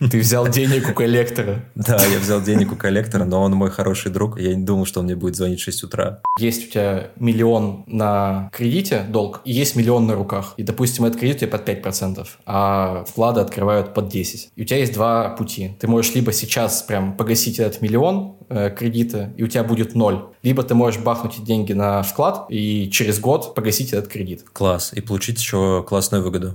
Ты взял денег у коллектора. Да, я взял денег у коллектора, но он мой хороший друг. Я не думал, что он мне будет звонить в 6 утра. Есть у тебя 1 миллион на кредите, долг, и есть 1 миллион на руках. И, допустим, этот кредит у тебя под 5%, а вклады открывают под 10%. И у тебя есть два пути. Ты можешь либо сейчас прям погасить этот 1 миллион кредита, и у тебя будет 0. Либо ты можешь бахнуть эти деньги на вклад и через год погасить этот кредит. Класс. И получить еще классную выгоду.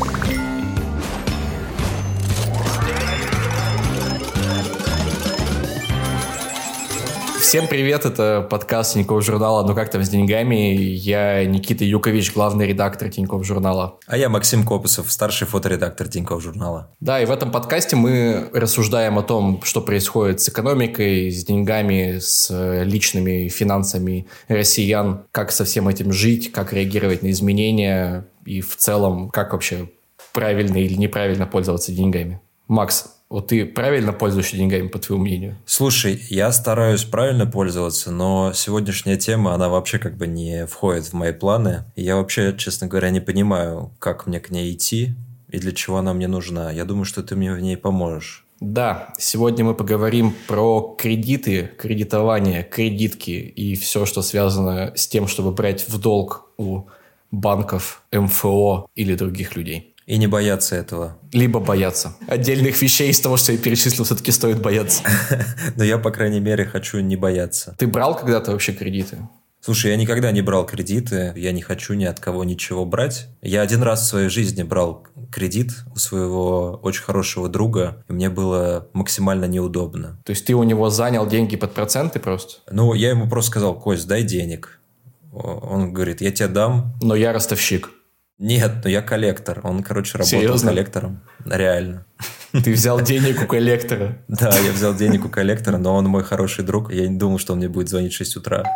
Всем привет, это подкаст Тинькофф журнала «Ну как там с деньгами?». Я Никита Юкович, главный редактор Тинькофф журнала. А я Максим Копосов, старший фоторедактор Тинькофф журнала. Да, и в этом подкасте мы рассуждаем о том, что происходит с экономикой, с деньгами, с личными финансами россиян, как со всем этим жить, как реагировать на изменения и в целом, как вообще правильно или неправильно пользоваться деньгами. Макс, вот ты правильно пользуешься деньгами, по твоему мнению? Слушай, я стараюсь правильно пользоваться, но сегодняшняя тема, она вообще как бы не входит в мои планы. И я вообще, честно говоря, не понимаю, как мне к ней идти и для чего она мне нужна. Я думаю, что ты мне в ней поможешь. Да, сегодня мы поговорим про кредиты, кредитование, кредитки и все, что связано с тем, чтобы брать в долг у банков, МФО или других людей. И не бояться этого. Либо бояться. Отдельных вещей из того, что я перечислил, все-таки стоит бояться. Но я, по крайней мере, хочу не бояться. Ты брал когда-то вообще кредиты? Слушай, я никогда не брал кредиты, я не хочу ни от кого ничего брать. Я один раз в своей жизни брал кредит у своего очень хорошего друга, и мне было максимально неудобно. То есть ты у него занял деньги под проценты просто? Ну, я ему просто сказал: Кость, дай денег. Он говорит: я тебе дам. Но я ростовщик. Нет, но я коллектор. Он, работал Серьезно? коллектором. Реально. Ты взял денег у коллектора? Да, я взял денег у коллектора, но он мой хороший друг. Я не думал, что он мне будет звонить в 6 утра.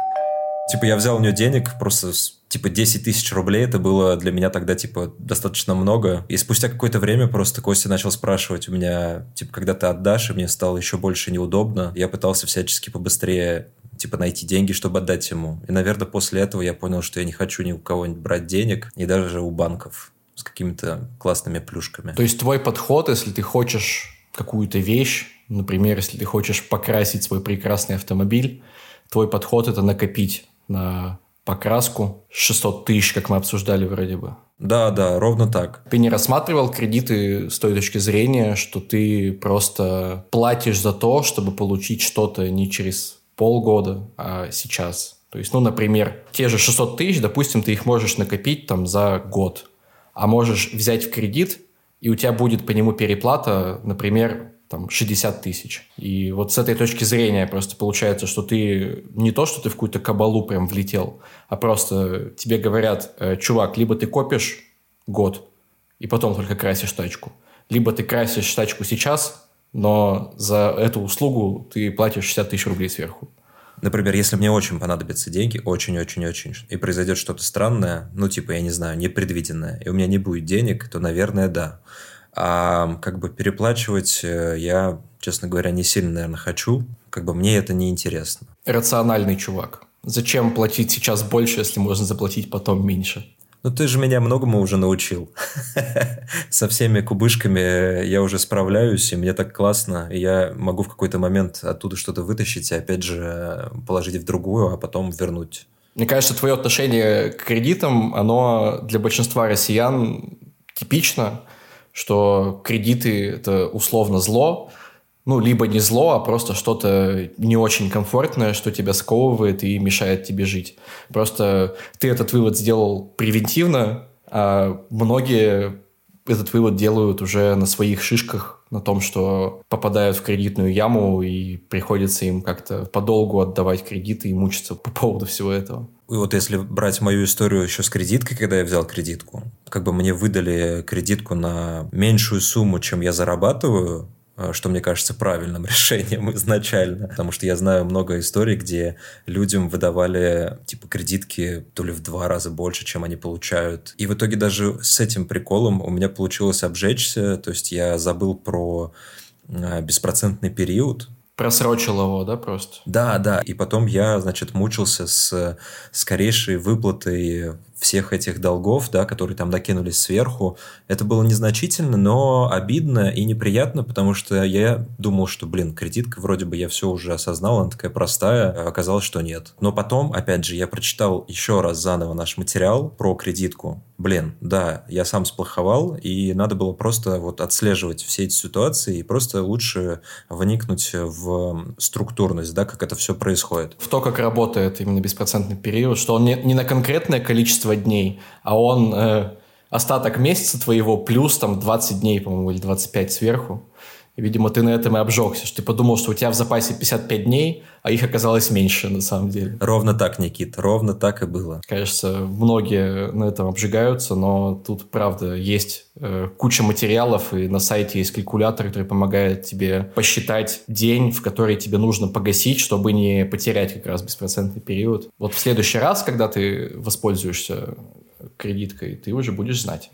Я взял у него денег, просто, 10 тысяч рублей. Это было для меня тогда, достаточно много. И спустя какое-то время просто Костя начал спрашивать у меня, когда ты отдашь, и мне стало еще больше неудобно. Я пытался всячески побыстрее найти деньги, чтобы отдать ему. И, наверное, после этого я понял, что я не хочу ни у кого-нибудь брать денег, и даже у банков с какими-то классными плюшками. То есть твой подход, если ты хочешь какую-то вещь, например, если ты хочешь покрасить свой прекрасный автомобиль, твой подход – это накопить на покраску 600 тысяч, как мы обсуждали вроде бы. Да, ровно так. Ты не рассматривал кредиты с той точки зрения, что ты просто платишь за то, чтобы получить что-то не через полгода, а сейчас. То есть, например, те же 600 тысяч, допустим, ты их можешь накопить за год, а можешь взять в кредит, и у тебя будет по нему переплата, например, 60 тысяч. И вот с этой точки зрения просто получается, что ты не то, что ты в какую-то кабалу прям влетел, а просто тебе говорят: чувак, либо ты копишь год, и потом только красишь тачку, либо ты красишь тачку сейчас, но за эту услугу ты платишь 60 тысяч рублей сверху. Например, если мне очень понадобятся деньги, очень-очень-очень, и произойдет что-то странное, я не знаю, непредвиденное, и у меня не будет денег, то, наверное, да. А переплачивать я, честно говоря, не сильно, наверное, хочу. Мне это не интересно. Рациональный чувак. Зачем платить сейчас больше, если можно заплатить потом меньше? Ты же меня многому уже научил. Со всеми кубышками я уже справляюсь, и мне так классно. И я могу в какой-то момент оттуда что-то вытащить и опять же положить в другую, а потом вернуть. Мне кажется, твое отношение к кредитам, оно для большинства россиян типично, что кредиты – это условно зло, либо не зло, а просто что-то не очень комфортное, что тебя сковывает и мешает тебе жить. Просто ты этот вывод сделал превентивно, а многие этот вывод делают уже на своих шишках, на том, что попадают в кредитную яму и приходится им как-то подолгу отдавать кредиты и мучиться по поводу всего этого. И вот если брать мою историю еще с кредиткой, когда я взял кредитку, мне выдали кредитку на меньшую сумму, чем я зарабатываю, что мне кажется правильным решением изначально. Потому что я знаю много историй, где людям выдавали кредитки то ли в 2 раза больше, чем они получают. И в итоге даже с этим приколом у меня получилось обжечься. То есть я забыл про беспроцентный период. Просрочил его, да, просто? Да. И потом я, мучился с скорейшей выплатой всех этих долгов, да, которые там накинулись сверху, это было незначительно, но обидно и неприятно, потому что я думал, что, кредитка вроде бы я все уже осознал, она такая простая, а оказалось, что нет. Но потом, опять же, я прочитал еще раз заново наш материал про кредитку. Да, я сам сплоховал, и надо было просто вот отслеживать все эти ситуации и просто лучше вникнуть в структурность, да, как это все происходит. В то, как работает именно беспроцентный период, что он не на конкретное количество дней, а он остаток месяца твоего плюс там 20 дней, по-моему, или 25 сверху. И, видимо, ты на этом и обжегся, что ты подумал, что у тебя в запасе 55 дней, а их оказалось меньше на самом деле. Ровно так, Никит, ровно так и было. Кажется, многие на этом обжигаются, но тут, правда, есть куча материалов, и на сайте есть калькулятор, который помогает тебе посчитать день, в который тебе нужно погасить, чтобы не потерять как раз беспроцентный период. Вот в следующий раз, когда ты воспользуешься кредиткой, ты уже будешь знать.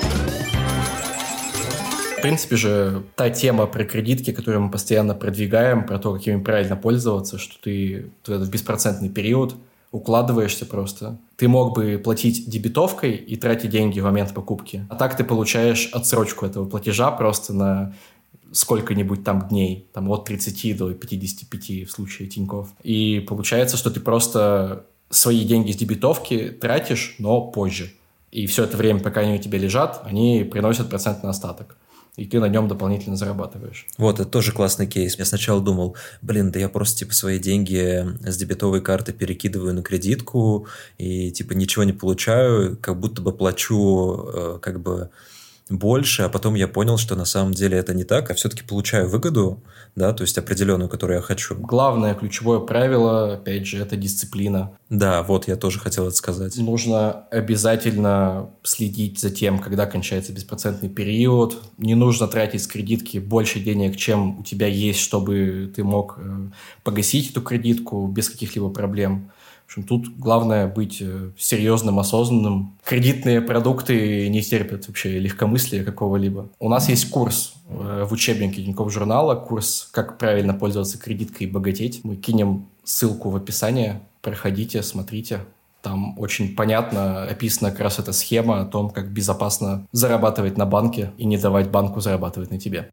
В принципе же, та тема про кредитки, которую мы постоянно продвигаем, про то, как ими правильно пользоваться, что ты в беспроцентный период укладываешься просто. Ты мог бы платить дебетовкой и тратить деньги в момент покупки, а так ты получаешь отсрочку этого платежа просто на сколько-нибудь там дней, там от 30 до 55 в случае Тинькофф. И получается, что ты просто свои деньги с дебетовки тратишь, но позже. И все это время, пока они у тебя лежат, они приносят процентный остаток. И ты на нем дополнительно зарабатываешь. Вот, это тоже классный кейс. Я сначала думал, да я просто, свои деньги с дебетовой карты перекидываю на кредитку и, ничего не получаю, как будто бы плачу, больше, а потом я понял, что на самом деле это не так, а все-таки получаю выгоду, да, то есть определенную, которую я хочу. Главное ключевое правило, опять же, это дисциплина. Да, вот я тоже хотел это сказать. Нужно обязательно следить за тем, когда кончается беспроцентный период. Не нужно тратить с кредитки больше денег, чем у тебя есть, чтобы ты мог погасить эту кредитку без каких-либо проблем. В общем, тут главное быть серьезным, осознанным. Кредитные продукты не терпят вообще легкомыслия какого-либо. У нас есть курс в учебнике Тинькофф журнала, курс «Как правильно пользоваться кредиткой и богатеть». Мы кинем ссылку в описании. Проходите, смотрите. Там очень понятно описана как раз эта схема о том, как безопасно зарабатывать на банке и не давать банку зарабатывать на тебе.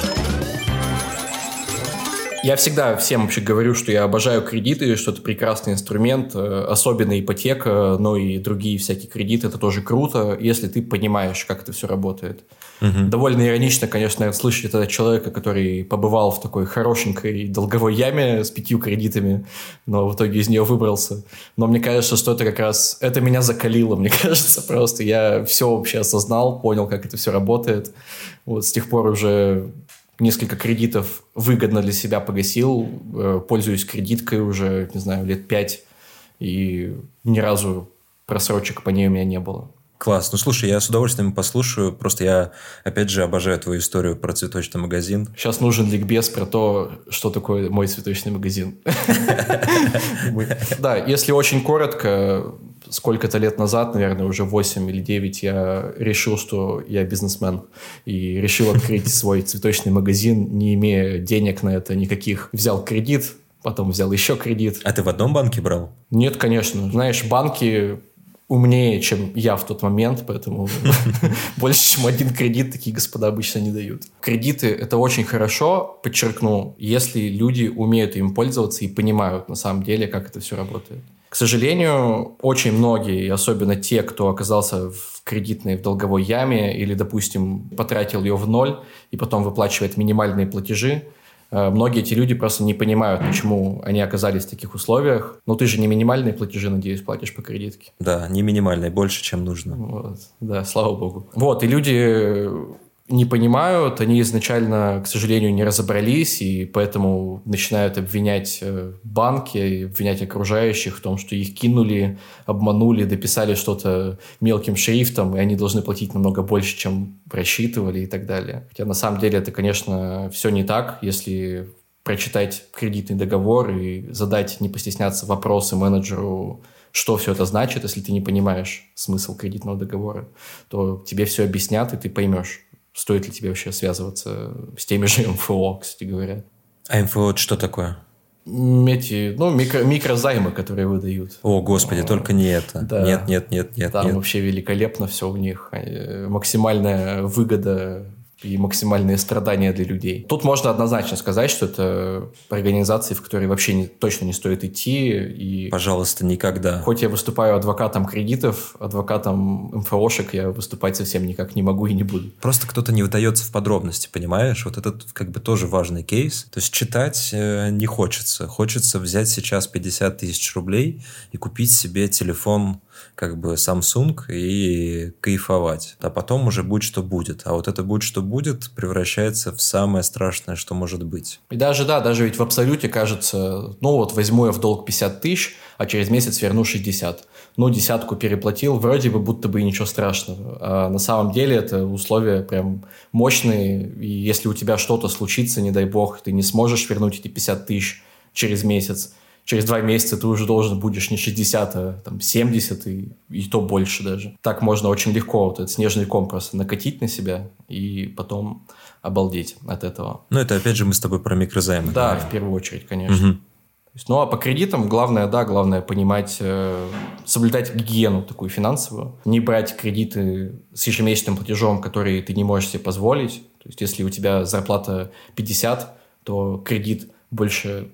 Я всегда всем вообще говорю, что я обожаю кредиты, что это прекрасный инструмент, особенно ипотека, но и другие всякие кредиты, это тоже круто, если ты понимаешь, как это все работает. Угу. Довольно иронично, конечно, слышать это от человека, который побывал в такой хорошенькой долговой яме с 5 кредитами, но в итоге из нее выбрался. Но мне кажется, что это как раз, это меня закалило, мне кажется, просто я все вообще осознал, понял, как это все работает. Вот с тех пор уже несколько кредитов выгодно для себя погасил, пользуюсь кредиткой уже, не знаю, лет 5, и ни разу просрочек по ней у меня не было. Класс. Ну, слушай, я с удовольствием послушаю. Просто я, опять же, обожаю твою историю про цветочный магазин. Сейчас нужен ликбез про то, что такое мой цветочный магазин. Да, если очень коротко, сколько-то лет назад, наверное, уже 8 или 9, я решил, что я бизнесмен. И решил открыть свой цветочный магазин, не имея денег на это никаких. Взял кредит, потом взял еще кредит. А ты в одном банке брал? Нет, конечно. Знаешь, банки умнее, чем я в тот момент, поэтому больше, чем один кредит такие господа обычно не дают. Кредиты – это очень хорошо, подчеркну, если люди умеют им пользоваться и понимают на самом деле, как это все работает. К сожалению, очень многие, особенно те, кто оказался в кредитной, в долговой яме или, допустим, потратил ее в ноль и потом выплачивает минимальные платежи, многие эти люди просто не понимают, почему они оказались в таких условиях. Но ты же не минимальные платежи, надеюсь, платишь по кредитке. Да, не минимальные, больше, чем нужно. Вот. Да, слава богу. Вот, и люди не понимают, они изначально, к сожалению, не разобрались, и поэтому начинают обвинять банки, обвинять окружающих в том, что их кинули, обманули, дописали что-то мелким шрифтом, и они должны платить намного больше, чем рассчитывали и так далее. Хотя на самом деле это, конечно, все не так, если прочитать кредитный договор и задать, не постесняться, вопросы менеджеру, что все это значит, если ты не понимаешь смысл кредитного договора, то тебе все объяснят, и ты поймешь, стоит ли тебе вообще связываться с теми же МФО, кстати говоря. А МФО это что такое? Микрозаймы, которые выдают. О, господи, только не это. Да. Нет. Там вообще великолепно все у них. Максимальная выгода и максимальные страдания для людей. Тут можно однозначно сказать, что это организации, в которые вообще точно не стоит идти. И пожалуйста, никогда. Хоть я выступаю адвокатом кредитов, адвокатом МФОшек, я выступать совсем никак не могу и не буду. Просто кто-то не вдается в подробности, понимаешь? Вот этот как бы тоже важный кейс. То есть читать не хочется. Хочется взять сейчас 50 тысяч рублей и купить себе телефон как бы Samsung и кайфовать. А потом уже будет, что будет. А вот это будет, что будет, превращается в самое страшное, что может быть. И даже ведь в абсолюте кажется, возьму я в долг 50 тысяч, а через месяц верну 60. Десятку переплатил, вроде бы будто бы и ничего страшного. А на самом деле это условия прям мощные, и если у тебя что-то случится, не дай бог, ты не сможешь вернуть эти 50 тысяч через месяц, через 2 месяца ты уже должен будешь не 60, а 70 и то больше даже. Так можно очень легко этот снежный ком просто накатить на себя и потом обалдеть от этого. Это опять же мы с тобой про микрозаймы. Да, говорим. В первую очередь, конечно. Угу. А по кредитам главное понимать, соблюдать гигиену такую финансовую. Не брать кредиты с ежемесячным платежом, которые ты не можешь себе позволить. То есть если у тебя зарплата 50, то кредит больше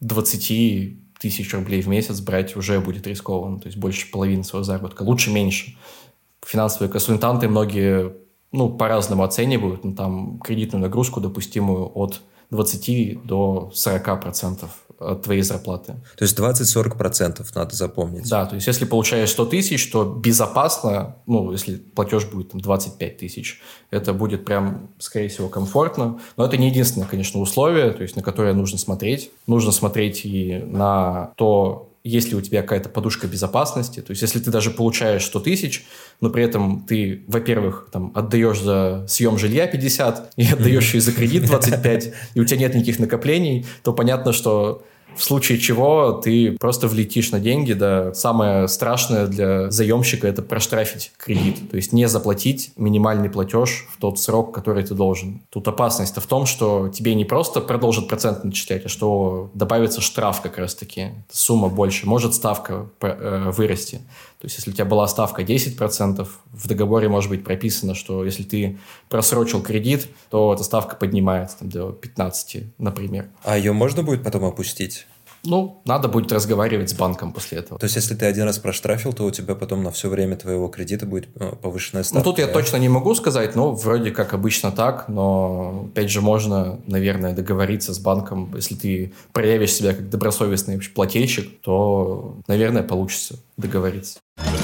20 тысяч рублей в месяц брать уже будет рискованно, то есть больше половины своего заработка. Лучше меньше. Финансовые консультанты многие по-разному оценивают, там кредитную нагрузку допустимую от 20 до 40% от твоей зарплаты. То есть 20-40% надо запомнить. Да, то есть если получаешь 100 тысяч, то безопасно, если платеж будет 25 тысяч, это будет прям, скорее всего, комфортно. Но это не единственное, конечно, условие, то есть на которое нужно смотреть. Нужно смотреть и на то, есть ли у тебя какая-то подушка безопасности. То есть если ты даже получаешь 100 тысяч, но при этом ты, во-первых, отдаешь за съем жилья 50 и отдаешь еще и за кредит 25, и у тебя нет никаких накоплений, то понятно, что в случае чего ты просто влетишь на деньги, да. Самое страшное для заемщика – это проштрафить кредит, то есть не заплатить минимальный платеж в тот срок, который ты должен. Тут опасность-то в том, что тебе не просто продолжат процент начислять, а что добавится штраф как раз-таки, сумма больше, может ставка вырасти. То есть, если у тебя была ставка 10%, в договоре может быть прописано, что если ты просрочил кредит, то эта ставка поднимается до 15%, например. А ее можно будет потом опустить? Надо будет разговаривать с банком после этого. То есть, если ты один раз проштрафил, то у тебя потом на все время твоего кредита будет повышенная ставка? Тут я точно не могу сказать, вроде как обычно так, но, опять же, можно, наверное, договориться с банком. Если ты проявишь себя как добросовестный плательщик, то, наверное, получится договориться.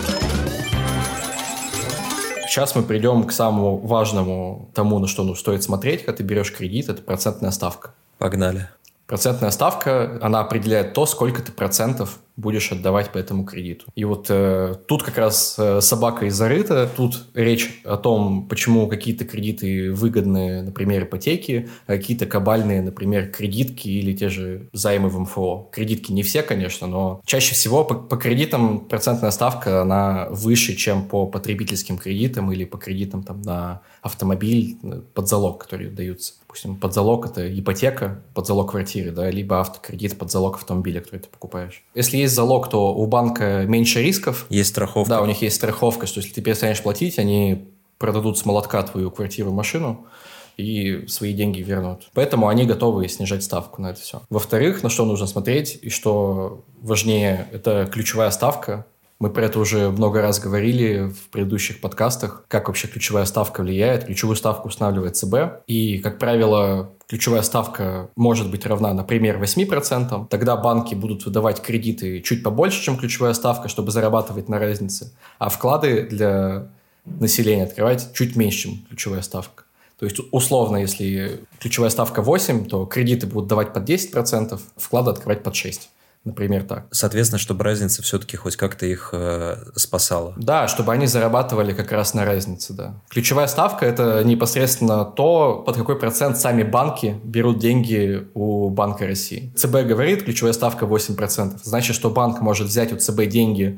Сейчас мы придем к самому важному тому, на что стоит смотреть, когда ты берешь кредит, это процентная ставка. Погнали. Процентная ставка, она определяет то, сколько ты процентов будешь отдавать по этому кредиту. И тут как раз собака и зарыта. Тут речь о том, почему какие-то кредиты выгодны, например, ипотеки, а какие-то кабальные, например, кредитки или те же займы в МФО. Кредитки не все, конечно, но чаще всего по кредитам процентная ставка, она выше, чем по потребительским кредитам или по кредитам на автомобиль под залог, которые даются. Допустим, под залог – это ипотека, под залог квартиры, да, либо автокредит под залог автомобиля, который ты покупаешь. Если есть залог, то у банка меньше рисков. Есть страховка. Да, у них есть страховка, что если ты перестанешь платить, они продадут с молотка твою квартиру, машину и свои деньги вернут. Поэтому они готовы снижать ставку на это все. Во-вторых, на что нужно смотреть и что важнее, это ключевая ставка. Мы про это уже много раз говорили в предыдущих подкастах, как вообще ключевая ставка влияет. Ключевую ставку устанавливает ЦБ. И, как правило, ключевая ставка может быть равна, например, 8%. Тогда банки будут выдавать кредиты чуть побольше, чем ключевая ставка, чтобы зарабатывать на разнице. А вклады для населения открывать чуть меньше, чем ключевая ставка. То есть, условно, если ключевая ставка 8%, то кредиты будут давать под 10%, вклады открывать под 6%. Например, так. Соответственно, чтобы разница все-таки хоть как-то их спасала. Да, чтобы они зарабатывали как раз на разнице, да. Ключевая ставка – это непосредственно то, под какой процент сами банки берут деньги у Банка России. ЦБ говорит, ключевая ставка 8%. Значит, что банк может взять у ЦБ деньги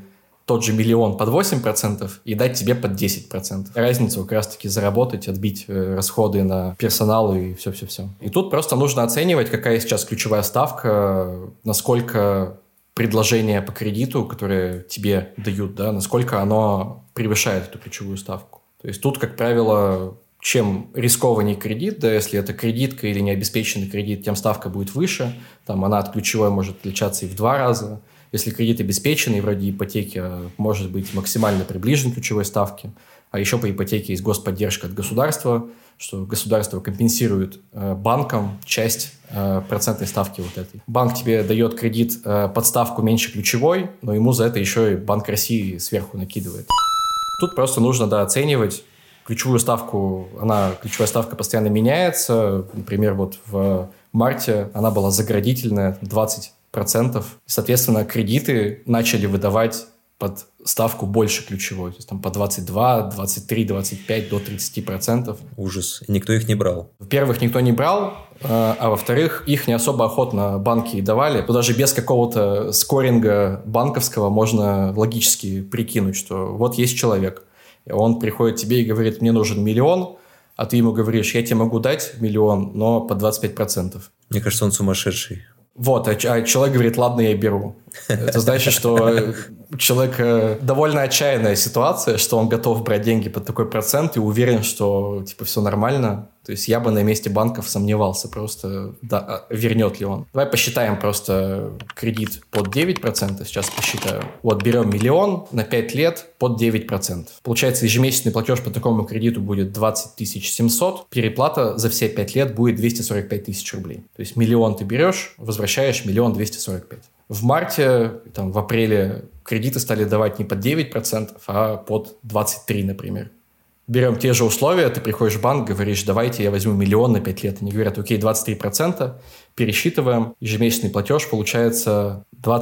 тот же миллион под 8% и дать тебе под 10%. Разницу как раз-таки заработать, отбить расходы на персонал и все-все-все. И тут просто нужно оценивать, какая сейчас ключевая ставка, насколько предложение по кредиту, которое тебе дают, да, насколько оно превышает эту ключевую ставку. То есть тут, как правило, чем рискованнее кредит, да, если это кредитка или необеспеченный кредит, тем ставка будет выше, там она от ключевой может отличаться и в 2 раза. Если кредит обеспеченный, вроде ипотеки, может быть максимально приближен к ключевой ставке. А еще по ипотеке есть господдержка от государства, что государство компенсирует банкам часть процентной ставки вот этой. Банк тебе дает кредит под ставку меньше ключевой, но ему за это еще и Банк России сверху накидывает. Тут просто нужно, да, оценивать ключевую ставку. Ключевая ставка постоянно меняется. Например, вот в марте она была заградительная, 20%. Соответственно, кредиты начали выдавать под ставку больше ключевой. То есть там по 22, 23, 25 до 30%. Ужас. И никто их не брал. Во-первых, никто не брал, а во-вторых, их не особо охотно банки давали. То даже без какого-то скоринга банковского можно логически прикинуть, что вот есть человек, он приходит к тебе и говорит, мне нужен 1 миллион, а ты ему говоришь, я тебе могу дать 1 миллион, но по 25%. Мне кажется, он сумасшедший. Вот, а человек говорит, ладно, я беру. Это значит, что у человека довольно отчаянная ситуация, что он готов брать деньги под такой процент и уверен, что типа все нормально. То есть я бы на месте банков сомневался просто, да, вернет ли он. Давай посчитаем просто кредит под 9%, сейчас посчитаю. Вот берем 1 миллион на 5 лет под 9%. Получается, ежемесячный платеж по такому кредиту будет 20 700, переплата за все 5 лет будет 245 тысяч рублей. То есть 1 миллион ты берешь, возвращаешь 1 245 000. В марте, там, в апреле кредиты стали давать не под 9%, а под 23%, например. Берем те же условия, ты приходишь в банк, говоришь, давайте я возьму 1 миллион на 5 лет. Они говорят, окей, 23%, пересчитываем, ежемесячный платеж получается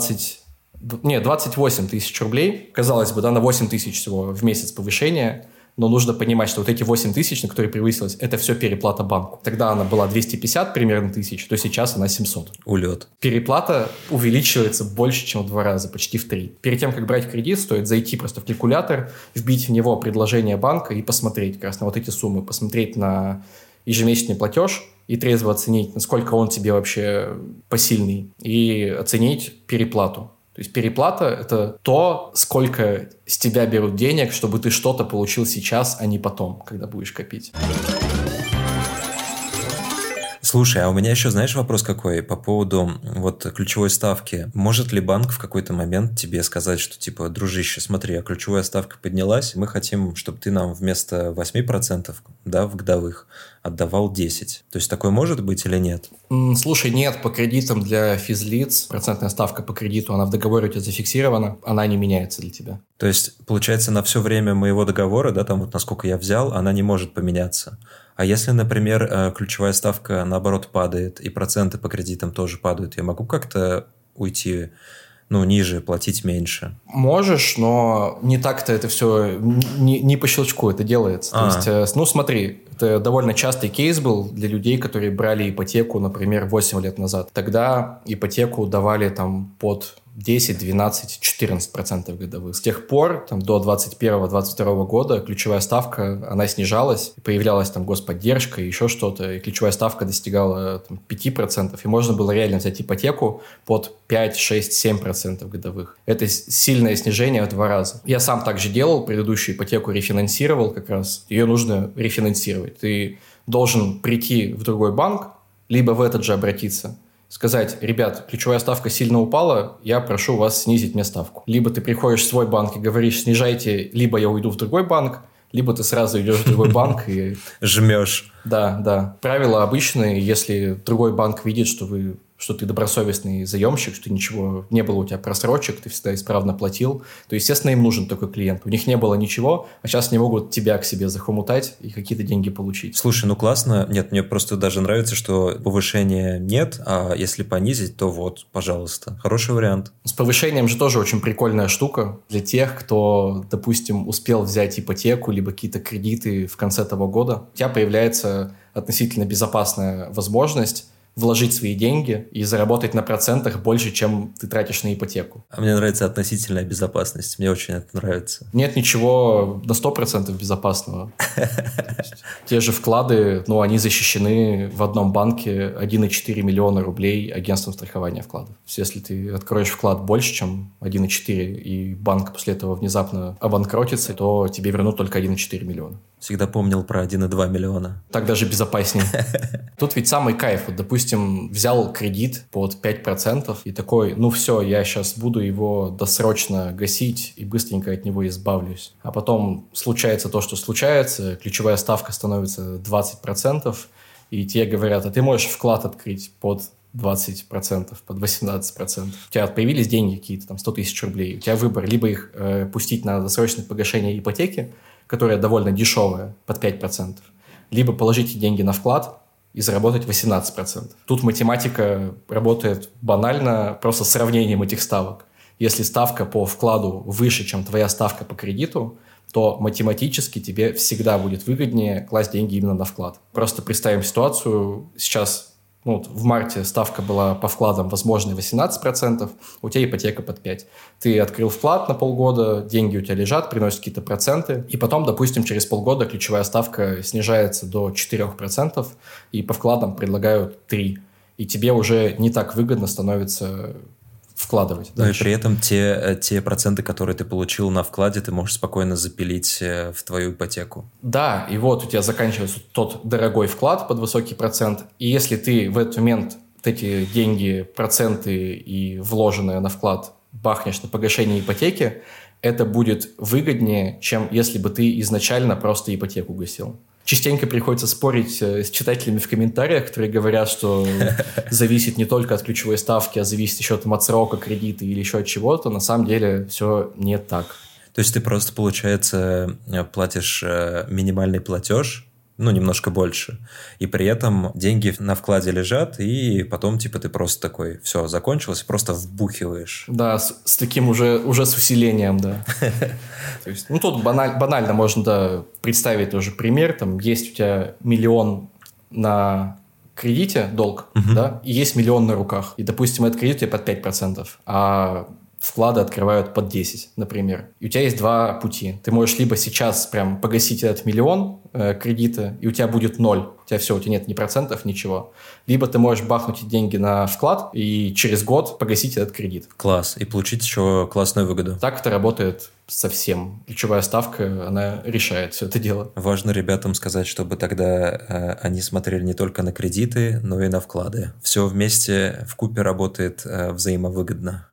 28 тысяч рублей. Казалось бы, да, на 8 тысяч всего в месяц повышение, но нужно понимать, что вот эти 8 тысяч, на которые превысилось, это все переплата банку. Тогда она была 250 примерно тысяч, то сейчас она 700. Улет. Переплата увеличивается больше, чем в 2 раза, почти в 3. Перед тем, как брать кредит, стоит зайти просто в калькулятор, вбить в него предложение банка и посмотреть как раз на вот эти суммы, посмотреть на ежемесячный платеж и трезво оценить, насколько он тебе вообще посильный, и оценить переплату. То есть переплата – это то, сколько с тебя берут денег, чтобы ты что-то получил сейчас, а не потом, когда будешь копить. Слушай, а у меня еще, знаешь, вопрос какой по поводу вот ключевой ставки. Может ли банк в какой-то момент тебе сказать, что типа, дружище, смотри, а ключевая ставка поднялась, мы хотим, чтобы ты нам вместо 8%, да, в годовых отдавал 10%. То есть такое может быть или нет? Слушай, нет, по кредитам для физлиц процентная ставка по кредиту, она в договоре у тебя зафиксирована, она не меняется для тебя. То есть, получается, на все время моего договора, да, там вот насколько я взял, она не может поменяться. А если, например, ключевая ставка, наоборот, падает, и проценты по кредитам тоже падают, я могу как-то уйти, ниже, платить меньше? Можешь, но не так-то это все, не по щелчку это делается. То есть, смотри, это довольно частый кейс был для людей, которые брали ипотеку, например, 8 лет назад. Тогда ипотеку давали там под 10, 12, 14% годовых. С тех пор, там, до 2021-2022 года ключевая ставка, она снижалась, появлялась там господдержка и еще что-то, и ключевая ставка достигала там, 5%, и можно было реально взять ипотеку под 5, 6, 7% годовых. Это сильное снижение в 2 раза. Я сам также делал, предыдущую ипотеку рефинансировал как раз, ее нужно рефинансировать. Ты должен прийти в другой банк, либо в этот же обратиться, сказать, ребят, ключевая ставка сильно упала, я прошу вас снизить мне ставку. Либо ты приходишь в свой банк и говоришь, снижайте, либо я уйду в другой банк, либо ты сразу идешь в другой банк и... Жмешь. Да. Правила обычные, если другой банк видит, что ты добросовестный заемщик, что ничего не было у тебя просрочек, ты всегда исправно платил, то, естественно, им нужен такой клиент. У них не было ничего, а сейчас они могут тебя к себе захомутать и какие-то деньги получить. Слушай, классно. Нет, мне просто даже нравится, что повышения нет, а если понизить, то вот, пожалуйста. Хороший вариант. С повышением же тоже очень прикольная штука для тех, кто, допустим, успел взять ипотеку либо какие-то кредиты в конце того года. У тебя появляется относительно безопасная возможность вложить свои деньги и заработать на процентах больше, чем ты тратишь на ипотеку. А мне нравится относительная безопасность. Мне очень это нравится. Нет ничего на 100% безопасного. Те же вклады, они защищены в одном банке 1,4 миллиона рублей агентством страхования вкладов. Если ты откроешь вклад больше, чем 1,4, и банк после этого внезапно обанкротится, то тебе вернут только 1,4 миллиона. Всегда помнил про 1,2 миллиона. Так даже безопаснее. Тут ведь самый кайф. Вот, допустим, взял кредит под 5% и такой, все, я сейчас буду его досрочно гасить и быстренько от него избавлюсь. А потом случается то, что случается, ключевая ставка становится 20%, и тебе говорят, а ты можешь вклад открыть под 20%, под 18%. У тебя появились деньги какие-то, там 100 тысяч рублей. У тебя выбор, либо их пустить на досрочное погашение ипотеки, которая довольно дешевая, под 5%, либо положить деньги на вклад и заработать 18%. Тут математика работает банально, просто сравнением этих ставок. Если ставка по вкладу выше, чем твоя ставка по кредиту, то математически тебе всегда будет выгоднее класть деньги именно на вклад. Просто представим ситуацию, сейчас в марте ставка была по вкладам возможной 18%, у тебя ипотека под 5%. Ты открыл вклад на полгода, деньги у тебя лежат, приносят какие-то проценты, и потом, допустим, через полгода ключевая ставка снижается до 4%, и по вкладам предлагают 3%. И тебе уже не так выгодно становится вкладывать. Но и при этом те проценты, которые ты получил на вкладе, ты можешь спокойно запилить в твою ипотеку. Да, и вот у тебя заканчивается тот дорогой вклад под высокий процент, и если ты в этот момент эти деньги, проценты и вложенные на вклад бахнешь на погашение ипотеки, это будет выгоднее, чем если бы ты изначально просто ипотеку гасил. Частенько приходится спорить с читателями в комментариях, которые говорят, что зависит не только от ключевой ставки, а зависит еще от срока кредита или еще от чего-то. На самом деле все не так. То есть ты просто, получается, платишь минимальный платеж, немножко больше, и при этом деньги на вкладе лежат, и потом, ты просто такой, все, закончилось, просто вбухиваешь. Да, с таким уже с усилением, да. То есть, тут банально можно, представить тоже пример, там есть у тебя 1 миллион на кредите, долг, да, и есть 1 миллион на руках, и, допустим, этот кредит у тебя под 5%, а вклады открывают под 10, например. И у тебя есть два пути. Ты можешь либо сейчас прям погасить этот 1 миллион кредита, и у тебя будет 0. У тебя все, у тебя нет ни процентов, ничего. Либо ты можешь бахнуть эти деньги на вклад и через год погасить этот кредит. Класс. И получить еще классную выгоду. Так это работает совсем. Ключевая ставка, она решает все это дело. Важно ребятам сказать, чтобы тогда они смотрели не только на кредиты, но и на вклады. Все вместе вкупе работает взаимовыгодно.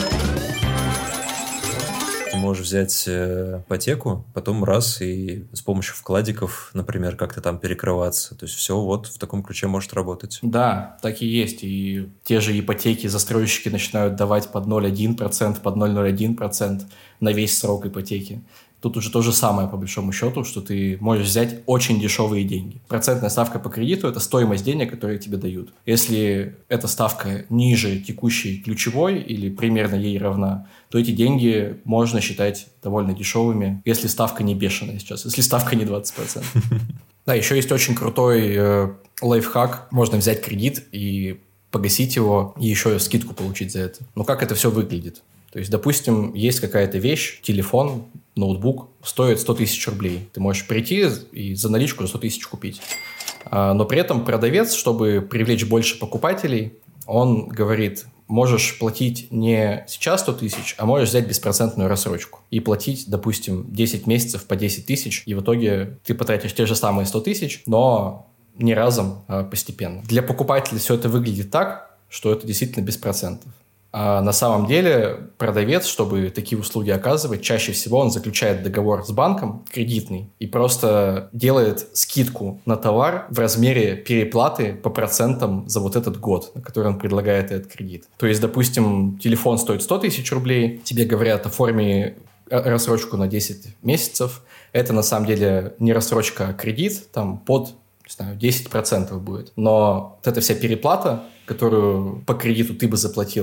Ты можешь взять ипотеку, потом и с помощью вкладиков, например, как-то там перекрываться. То есть все в таком ключе может работать. Да, так и есть. И те же ипотеки застройщики начинают давать под 0,1%, под 0,01% на весь срок ипотеки. Тут уже то же самое, по большому счету, что ты можешь взять очень дешевые деньги. Процентная ставка по кредиту – это стоимость денег, которые тебе дают. Если эта ставка ниже текущей ключевой или примерно ей равна, то эти деньги можно считать довольно дешевыми, если ставка не бешеная сейчас, если ставка не 20%. Да, еще есть очень крутой лайфхак. Можно взять кредит и погасить его, и еще скидку получить за это. Но как это все выглядит? То есть, допустим, есть какая-то вещь, телефон, ноутбук, стоит 100 тысяч рублей. Ты можешь прийти и за наличку за 100 тысяч купить. Но при этом продавец, чтобы привлечь больше покупателей, он говорит, можешь платить не сейчас 100 тысяч, а можешь взять беспроцентную рассрочку и платить, допустим, 10 месяцев по 10 тысяч, и в итоге ты потратишь те же самые 100 тысяч, но не разом, а постепенно. Для покупателя все это выглядит так, что это действительно без процентов. А на самом деле продавец, чтобы такие услуги оказывать, чаще всего он заключает договор с банком кредитный и просто делает скидку на товар в размере переплаты по процентам за вот этот год, на который он предлагает этот кредит. То есть, допустим, телефон стоит 100 тысяч рублей, тебе говорят, оформи рассрочку на 10 месяцев. Это на самом деле не рассрочка, а кредит, там под 10% будет. Но вот эта вся переплата, которую по кредиту ты бы заплатил,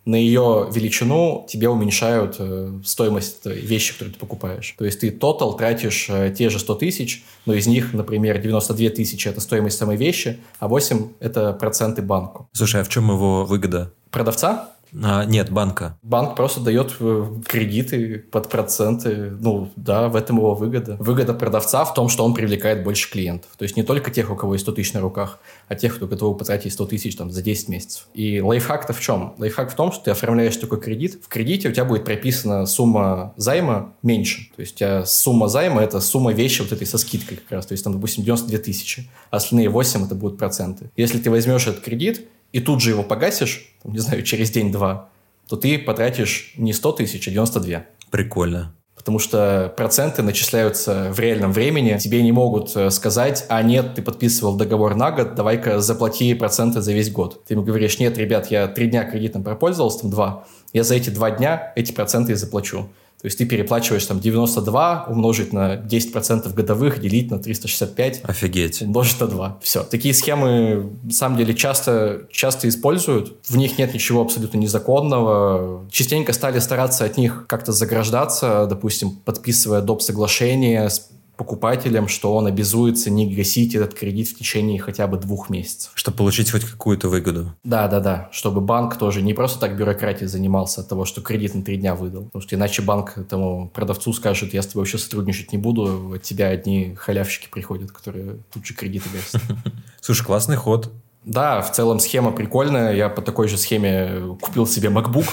на ее величину тебе уменьшают стоимость вещи, которую ты покупаешь. То есть ты тотал тратишь те же 100 тысяч, но из них, например, 92 тысячи – это стоимость самой вещи, а 8 – это проценты банку. Слушай, а в чем его выгода? Продавца? Нет, банка. Банк просто дает кредиты под проценты. Ну, да, в этом его выгода. Выгода продавца в том, что он привлекает больше клиентов. То есть не только тех, у кого есть 100 тысяч на руках, а тех, кто готов потратить 100 тысяч там, за 10 месяцев. И лайфхак-то в чем? Лайфхак в том, что ты оформляешь такой кредит. В кредите у тебя будет прописана сумма займа меньше. То есть у тебя сумма займа – это сумма вещи вот этой со скидкой как раз. То есть там, допустим, 92 тысячи, а остальные 8 – это будут проценты. Если ты возьмешь этот кредит и тут же его погасишь, не знаю, через день-два, то ты потратишь не 100 тысяч, а 92. Прикольно. Потому что проценты начисляются в реальном времени. Тебе не могут сказать, а нет, ты подписывал договор на год, давай-ка заплати проценты за весь год. Ты ему говоришь, нет, ребят, я 3 дня кредитом пропользовался, там 2. Я за эти 2 дня эти проценты и заплачу. То есть ты переплачиваешь там 92 умножить на 10% годовых, делить на 365. Офигеть. Умножить на 2. Все. Такие схемы, на самом деле, часто используют. В них нет ничего абсолютно незаконного. Частенько стали стараться от них как-то заграждаться, допустим, подписывая доп. Соглашение с покупателем, что он обязуется не гасить этот кредит в течение хотя бы 2 месяцев. Чтобы получить хоть какую-то выгоду. Да. Чтобы банк тоже не просто так бюрократией занимался от того, что кредит на 3 дня выдал. Потому что иначе банк этому продавцу скажет, я с тобой вообще сотрудничать не буду, от тебя одни халявщики приходят, которые тут же кредиты гасят. Слушай, классный ход. Да, в целом схема прикольная. Я по такой же схеме купил себе MacBook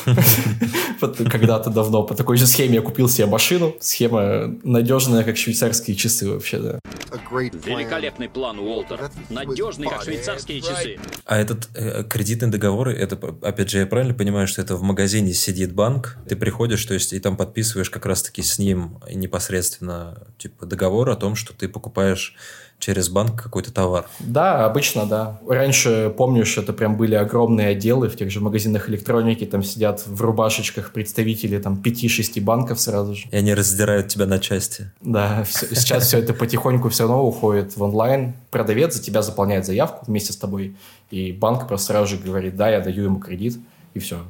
когда-то давно. По такой же схеме я купил себе машину. Схема надежная, как швейцарские часы вообще, да. Великолепный план, Уолтер. Надежный, как швейцарские часы. А этот кредитный договор, это, опять же, я правильно понимаю, что это в магазине сидит банк, ты приходишь, то есть, и там подписываешь как раз-таки с ним непосредственно типа договор о том, что ты покупаешь через банк какой-то товар. Да, обычно, да. Раньше, помнишь, это прям были огромные отделы в тех же магазинах электроники, там сидят в рубашечках представители там 5-6 банков сразу же. И они раздирают тебя на части. Да, сейчас все это потихоньку все равно уходит в онлайн. Продавец за тебя заполняет заявку вместе с тобой, и банк просто сразу же говорит, да, я даю ему кредит, и все.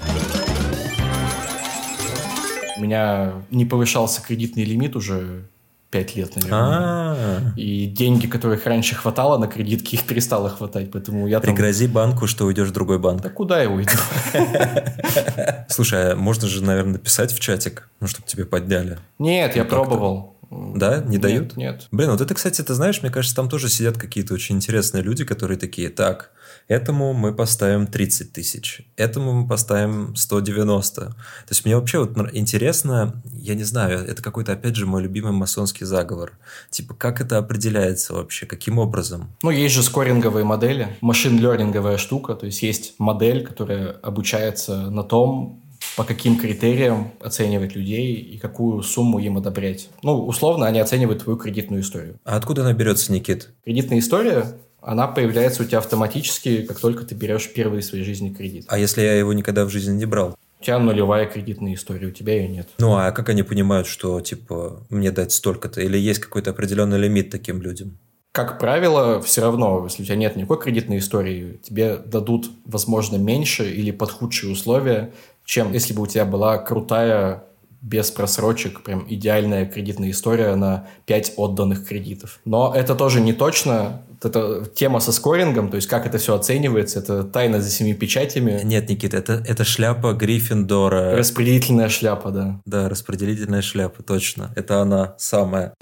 У меня не повышался кредитный лимит уже 5 лет, наверное. И деньги, которых раньше хватало на кредитки, их перестало хватать. Поэтому я там... Пригрози банку, что уйдешь в другой банк. Да куда я уйду? Слушай, а можно же, наверное, написать в чатик, чтобы тебе подняли? Нет, я пробовал. Да? Не дают? Нет. Блин, вот это, кстати, ты знаешь, мне кажется, там тоже сидят какие-то очень интересные люди, которые такие, так, этому мы поставим 30 тысяч, этому мы поставим 190. То есть мне вообще вот интересно, я не знаю, это какой-то, опять же, мой любимый масонский заговор. Типа, как это определяется вообще, каким образом? Ну, есть же скоринговые модели, машин-лернинговая штука, то есть есть модель, которая обучается на том, по каким критериям оценивать людей и какую сумму им одобрять. Ну, условно, они оценивают твою кредитную историю. А откуда она берется, Никит? Кредитная история, она появляется у тебя автоматически, как только ты берешь первый в своей жизни кредит. А если я его никогда в жизни не брал? У тебя нулевая кредитная история, у тебя ее нет. Ну, а как они понимают, что, типа, мне дать столько-то? Или есть какой-то определенный лимит таким людям? Как правило, все равно, если у тебя нет никакой кредитной истории, тебе дадут, возможно, меньше или под худшие условия, чем если бы у тебя была крутая, без просрочек, прям идеальная кредитная история на 5 отданных кредитов. Но это тоже не точно. Это тема со скорингом, то есть как это все оценивается, это тайна за 7 печатями. Нет, Никита, это шляпа Гриффиндора. Распределительная шляпа, да. Да, распределительная шляпа, точно. Это она самая.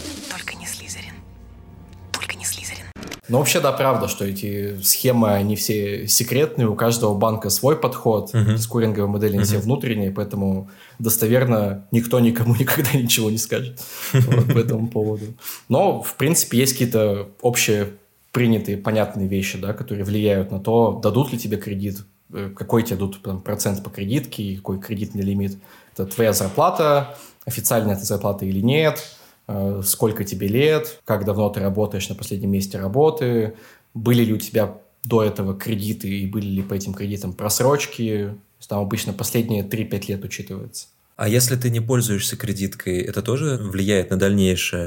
Но вообще, да, правда, что эти схемы, они все секретные, у каждого банка свой подход, скоринговые модели не все внутренние, поэтому достоверно никто никому никогда ничего не скажет по этому поводу. Но, в принципе, есть какие-то общие принятые, понятные вещи, да, которые влияют на то, дадут ли тебе кредит, какой тебе дадут там, процент по кредитке, какой кредитный лимит. Это твоя зарплата, официальная эта зарплата или нет, сколько тебе лет, как давно ты работаешь на последнем месте работы, были ли у тебя до этого кредиты и были ли по этим кредитам просрочки. Там обычно последние 3-5 лет учитывается. А если ты не пользуешься кредиткой, это тоже влияет на дальнейшее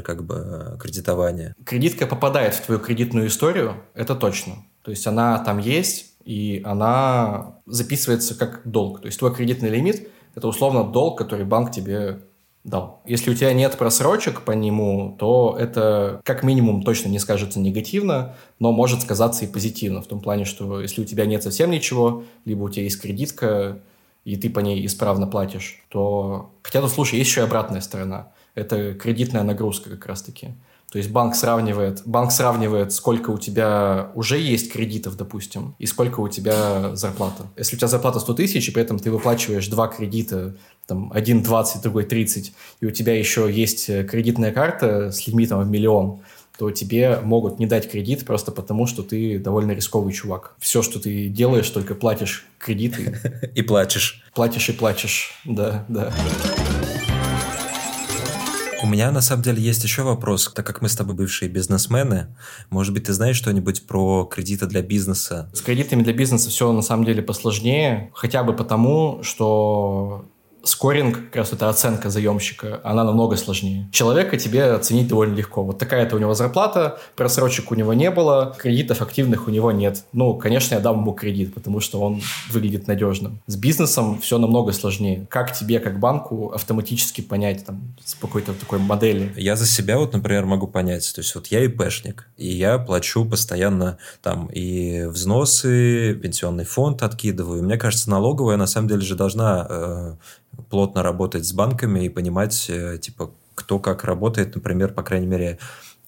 кредитование? Кредитка попадает в твою кредитную историю, это точно. То есть она там есть, и она записывается как долг. То есть твой кредитный лимит – это условно долг, который банк тебе дал. Если у тебя нет просрочек по нему, то это как минимум точно не скажется негативно, но может сказаться и позитивно, в том плане, что если у тебя нет совсем ничего, либо у тебя есть кредитка, и ты по ней исправно платишь, то... Хотя тут, слушай, есть еще и обратная сторона. Это кредитная нагрузка как раз-таки. То есть банк сравнивает, сколько у тебя уже есть кредитов, допустим, и сколько у тебя зарплата. Если у тебя зарплата 100 тысяч, и при этом ты выплачиваешь 2 кредита, там, один 20, другой 30, и у тебя еще есть кредитная карта с лимитом в 1 миллион, то тебе могут не дать кредит просто потому, что ты довольно рисковый чувак. Все, что ты делаешь, только платишь кредиты. И плачешь. Платишь и плачешь, да. У меня, на самом деле, есть еще вопрос. Так как мы с тобой бывшие бизнесмены, может быть, ты знаешь что-нибудь про кредиты для бизнеса? С кредитами для бизнеса все, на самом деле, посложнее. Хотя бы потому, что скоринг, как раз это оценка заемщика, она намного сложнее. Человека тебе оценить довольно легко. Вот такая-то у него зарплата, просрочек у него не было, кредитов активных у него нет. Ну, конечно, я дам ему кредит, потому что он выглядит надежным. С бизнесом все намного сложнее. Как тебе, как банку, автоматически понять там, с какой-то такой модели? Я за себя, вот, например, могу понять. То есть вот я ИПшник, и я плачу постоянно там и взносы, пенсионный фонд откидываю. Мне кажется, налоговая на самом деле же должна плотно работать с банками и понимать, типа, кто как работает, например, по крайней мере,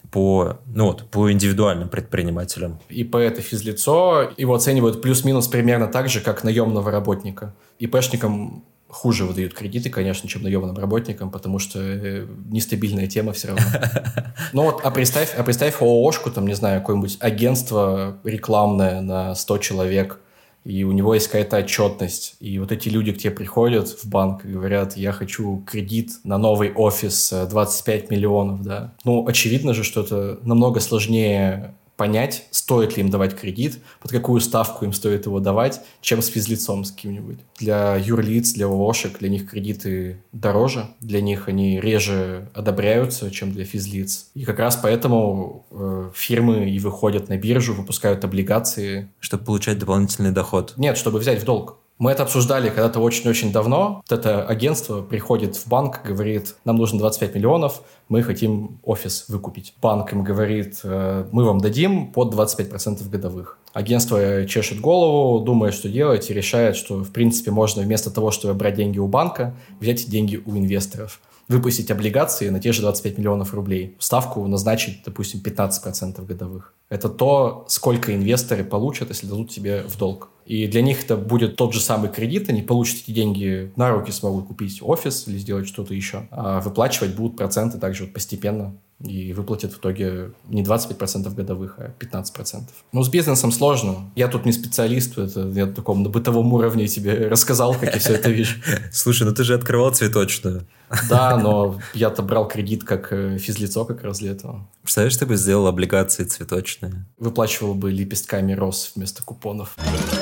по индивидуальным предпринимателям. ИП – это физлицо, его оценивают плюс-минус примерно так же, как наемного работника. ИПшникам хуже выдают кредиты, конечно, чем наемным работникам, потому что нестабильная тема все равно. Ну вот, а представь ООшку, там, не знаю, какое-нибудь агентство рекламное на 100 человек, и у него есть какая-то отчетность. И вот эти люди к тебе приходят в банк и говорят, я хочу кредит на новый офис 25 миллионов, да. Ну, очевидно же, что это намного сложнее понять, стоит ли им давать кредит, под какую ставку им стоит его давать, чем с физлицом с каким-нибудь. Для юрлиц, для ООшек, для них кредиты дороже, для них они реже одобряются, чем для физлиц. И как раз поэтому фирмы и выходят на биржу, выпускают облигации. Чтобы получать дополнительный доход. Нет, чтобы взять в долг. Мы это обсуждали когда-то очень-очень давно. Вот это агентство приходит в банк, говорит, нам нужно 25 миллионов, мы хотим офис выкупить. Банк им говорит, мы вам дадим под 25% годовых. Агентство чешет голову, думает, что делать, и решает, что, в принципе, можно вместо того, чтобы брать деньги у банка, взять деньги у инвесторов. Выпустить облигации на те же 25 миллионов рублей. Ставку назначить, допустим, 15% годовых. Это то, сколько инвесторы получат, если дадут тебе в долг. И для них это будет тот же самый кредит, они получат эти деньги на руки, смогут купить офис или сделать что-то еще. А выплачивать будут проценты также вот постепенно. И выплатят в итоге не 25% годовых, а 15%. Ну, с бизнесом сложно. Я тут не специалист, это я на таком на бытовом уровне тебе рассказал, как я все это вижу. Слушай, ну ты же открывал цветочную. Да, но я-то брал кредит как физлицо как раз для этого. Представляешь, ты бы сделал облигации цветочные? Выплачивал бы лепестками роз вместо купонов.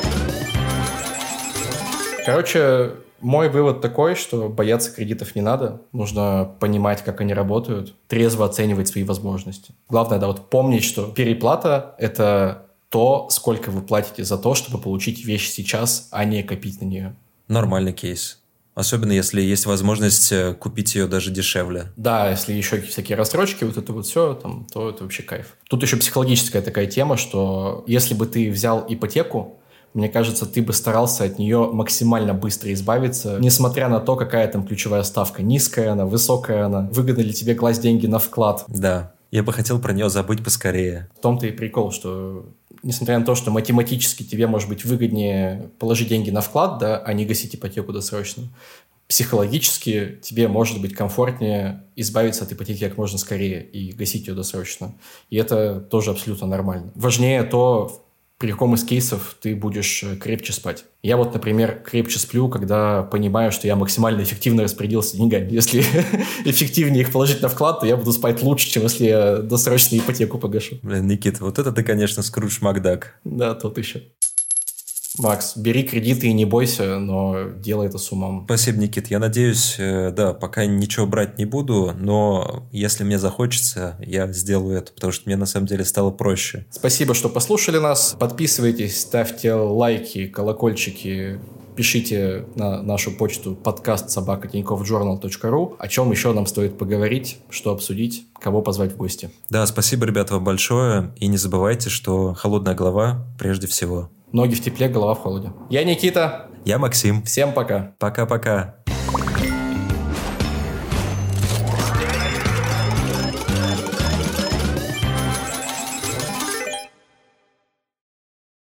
Короче, мой вывод такой, что бояться кредитов не надо. Нужно понимать, как они работают, трезво оценивать свои возможности. Главное, да, вот помнить, что переплата – это то, сколько вы платите за то, чтобы получить вещь сейчас, а не копить на нее. Нормальный кейс. Особенно, если есть возможность купить ее даже дешевле. Да, если еще всякие рассрочки, вот это вот все, там, то это вообще кайф. Тут еще психологическая такая тема, что если бы ты взял ипотеку, мне кажется, ты бы старался от нее максимально быстро избавиться, несмотря на то, какая там ключевая ставка. Низкая она, высокая она, выгодно ли тебе класть деньги на вклад. Да, я бы хотел про нее забыть поскорее. В том-то и прикол, что несмотря на то, что математически тебе может быть выгоднее положить деньги на вклад, да, а не гасить ипотеку досрочно, психологически тебе может быть комфортнее избавиться от ипотеки как можно скорее и гасить ее досрочно. И это тоже абсолютно нормально. Важнее то, при каком из кейсов ты будешь крепче спать. Я вот, например, крепче сплю, когда понимаю, что я максимально эффективно распорядился деньгами. Если эффективнее их положить на вклад, то я буду спать лучше, чем если я досрочно ипотеку погашу. Блин, Никита, вот это ты, конечно, Скрудж Макдак. Да, тот еще. Макс, бери кредиты и не бойся, но делай это с умом. Спасибо, Никит. Я надеюсь, да, пока ничего брать не буду, но если мне захочется, я сделаю это, потому что мне на самом деле стало проще. Спасибо, что послушали нас. Подписывайтесь, ставьте лайки, колокольчики, пишите на нашу почту podcast@tinkoffjournal.ru, о чем еще нам стоит поговорить, что обсудить, кого позвать в гости. Да, спасибо, ребята, вам большое. И не забывайте, что холодная голова прежде всего. Ноги в тепле, голова в холоде. Я Никита. Я Максим. Всем пока. Пока-пока.